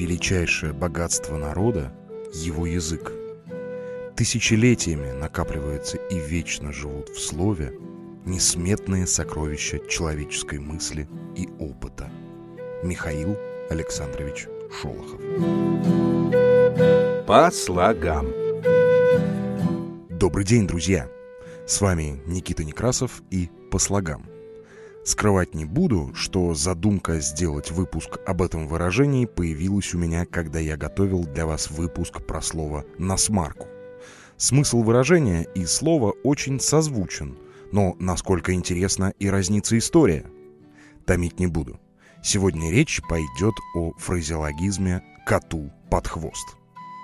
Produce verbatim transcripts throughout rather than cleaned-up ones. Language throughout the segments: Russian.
величайшее богатство народа – его язык. Тысячелетиями накапливаются и вечно живут в слове несметные сокровища человеческой мысли и опыта. Михаил Александрович Шолохов. По слогам. Добрый день, друзья! С вами Никита Некрасов и «По слогам». Скрывать не буду, что задумка сделать выпуск об этом выражении появилась у меня, когда я готовил для вас выпуск про слово «насмарку». Смысл выражения и слова очень созвучен, но насколько интересна и разнится история. Томить не буду. Сегодня речь пойдет о фразеологизме «коту под хвост».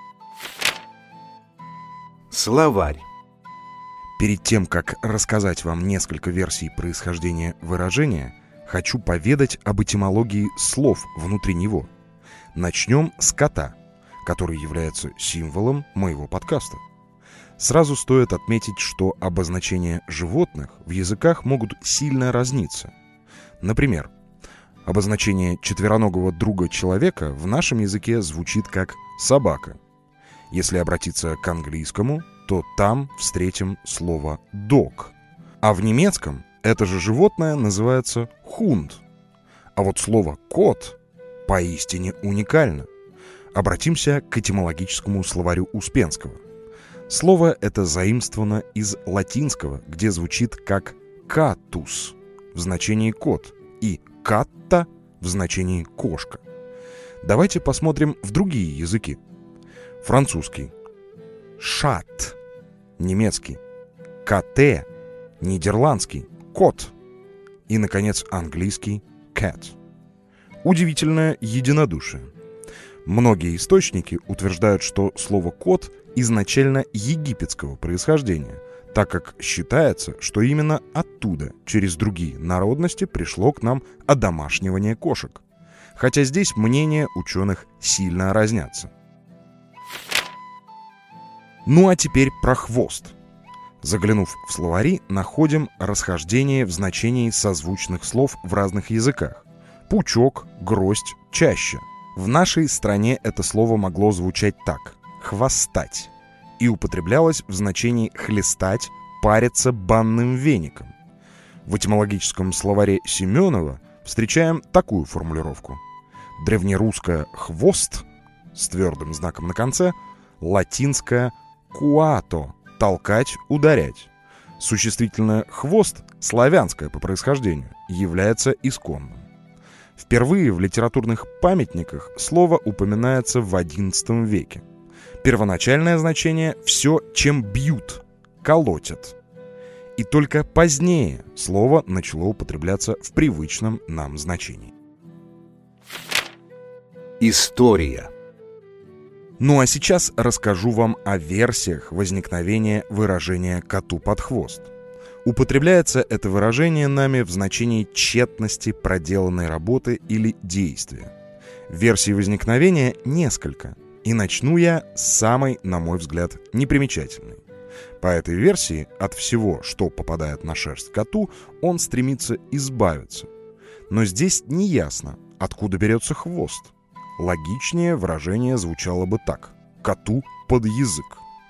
Словарь. Перед тем, как рассказать вам несколько версий происхождения выражения, хочу поведать об этимологии слов внутри него. Начнем с кота, который является символом моего подкаста. Сразу стоит отметить, что обозначения животных в языках могут сильно разниться. Например, обозначение четвероногого друга человека в нашем языке звучит как «собака». Если обратиться к английскому, то там встретим слово dog. А в немецком это же животное называется Hund. А вот слово кот поистине уникально. Обратимся к этимологическому словарю Успенского. Слово это заимствовано из латинского, где звучит как catus в значении кот и catta в значении кошка. Давайте посмотрим в другие языки. Французский шат, немецкий кате, нидерландский кот и, наконец, английский cat. Удивительное единодушие. Многие источники утверждают, что слово «кот» изначально египетского происхождения, так как считается, что именно оттуда, через другие народности, пришло к нам одомашнивание кошек. Хотя здесь мнения ученых сильно разнятся. Ну а теперь про хвост. Заглянув в словари, находим расхождение в значении созвучных слов в разных языках. Пучок, гроздь, чаща. В нашей стране это слово могло звучать так – «хвостать» и употреблялось в значении «хлестать», «париться банным веником». В этимологическом словаре Семенова встречаем такую формулировку. Древнерусское «хвост» с твердым знаком на конце, латинское «куато» – толкать, ударять. Существительное «хвост» славянское по происхождению является исконным. Впервые в литературных памятниках слово упоминается в одиннадцатом веке. Первоначальное значение – все, чем бьют, колотят. И только позднее слово начало употребляться в привычном нам значении. История. Ну а сейчас расскажу вам о версиях возникновения выражения «коту под хвост». Употребляется это выражение нами в значении тщетности проделанной работы или действия. Версий возникновения несколько, и начну я с самой, на мой взгляд, непримечательной. По этой версии от всего, что попадает на шерсть коту, он стремится избавиться. Но здесь не ясно, откуда берется хвост. Логичнее выражение звучало бы так: коту под язык.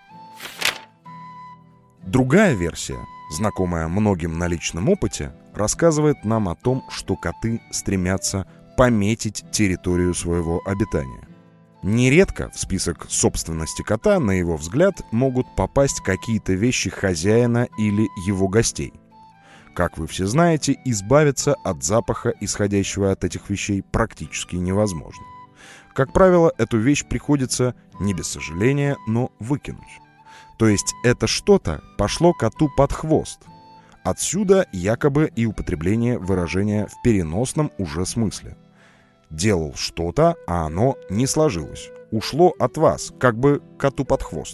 Другая версия, знакомая многим на личном опыте, рассказывает нам о том, что коты стремятся пометить территорию своего обитания. Нередко в список собственности кота, на его взгляд, могут попасть какие-то вещи хозяина или его гостей. Как вы все знаете, избавиться от запаха, исходящего от этих вещей, практически невозможно. Как правило, эту вещь приходится, не без сожаления, но выкинуть. То есть это что-то пошло коту под хвост. Отсюда якобы и употребление выражения в переносном уже смысле. Делал что-то, а оно не сложилось. Ушло от вас, как бы коту под хвост.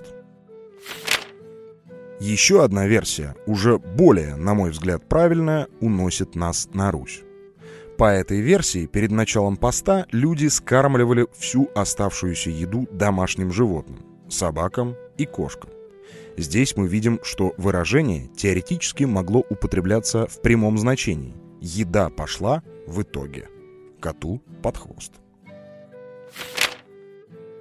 Еще одна версия, уже более, на мой взгляд, правильная, уносит нас на Русь. По этой версии, перед началом поста люди скармливали всю оставшуюся еду домашним животным – собакам и кошкам. Здесь мы видим, что выражение теоретически могло употребляться в прямом значении. Еда пошла в итоге коту под хвост.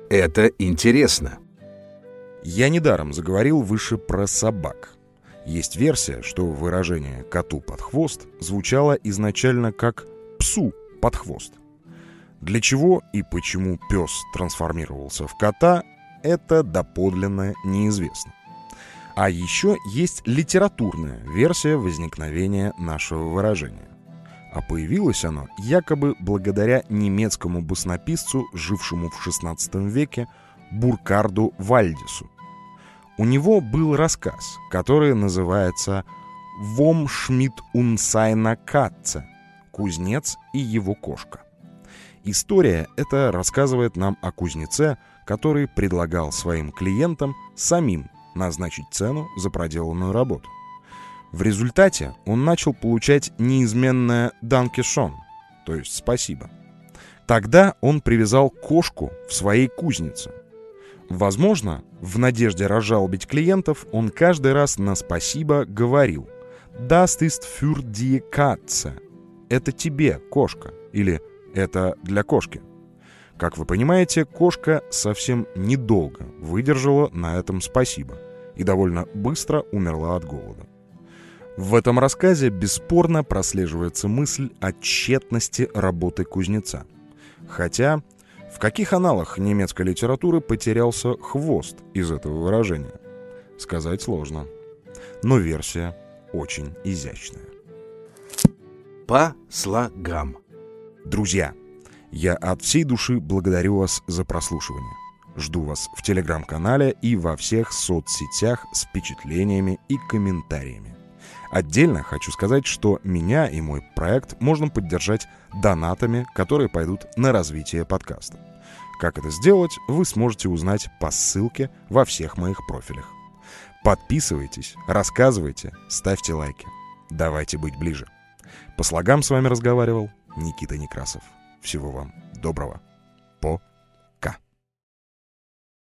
Это интересно. Я недаром заговорил выше про собак. Есть версия, что выражение «коту под хвост» звучало изначально как «псу под хвост». Для чего и почему пес трансформировался в кота, это доподлинно неизвестно. А еще есть литературная версия возникновения нашего выражения. А появилось оно якобы благодаря немецкому баснописцу, жившему в шестнадцатом веке, Буркарду Вальдису. У него был рассказ, который называется «Вом Шмид ун сайна Катце» — «Кузнец и его кошка». История эта рассказывает нам о кузнеце, который предлагал своим клиентам самим назначить цену за проделанную работу. В результате он начал получать неизменное «данке шон», то есть «спасибо». Тогда он привязал кошку в своей кузнице. Возможно, в надежде разжалобить клиентов, он каждый раз на «спасибо» говорил «Das ist für die Katze» — «это тебе, кошка» или «это для кошки». Как вы понимаете, кошка совсем недолго выдержала на этом «спасибо» и довольно быстро умерла от голода. В этом рассказе бесспорно прослеживается мысль о тщетности работы кузнеца. Хотя в каких аналах немецкой литературы потерялся хвост из этого выражения? Сказать сложно. Но версия очень изящная. По слогам. Друзья, я от всей души благодарю вас за прослушивание. Жду вас в телеграм-канале и во всех соцсетях с впечатлениями и комментариями. Отдельно хочу сказать, что меня и мой проект можно поддержать донатами, которые пойдут на развитие подкаста. Как это сделать, вы сможете узнать по ссылке во всех моих профилях. Подписывайтесь, рассказывайте, ставьте лайки. Давайте быть ближе. По слогам с вами разговаривал Никита Некрасов. Всего вам доброго. По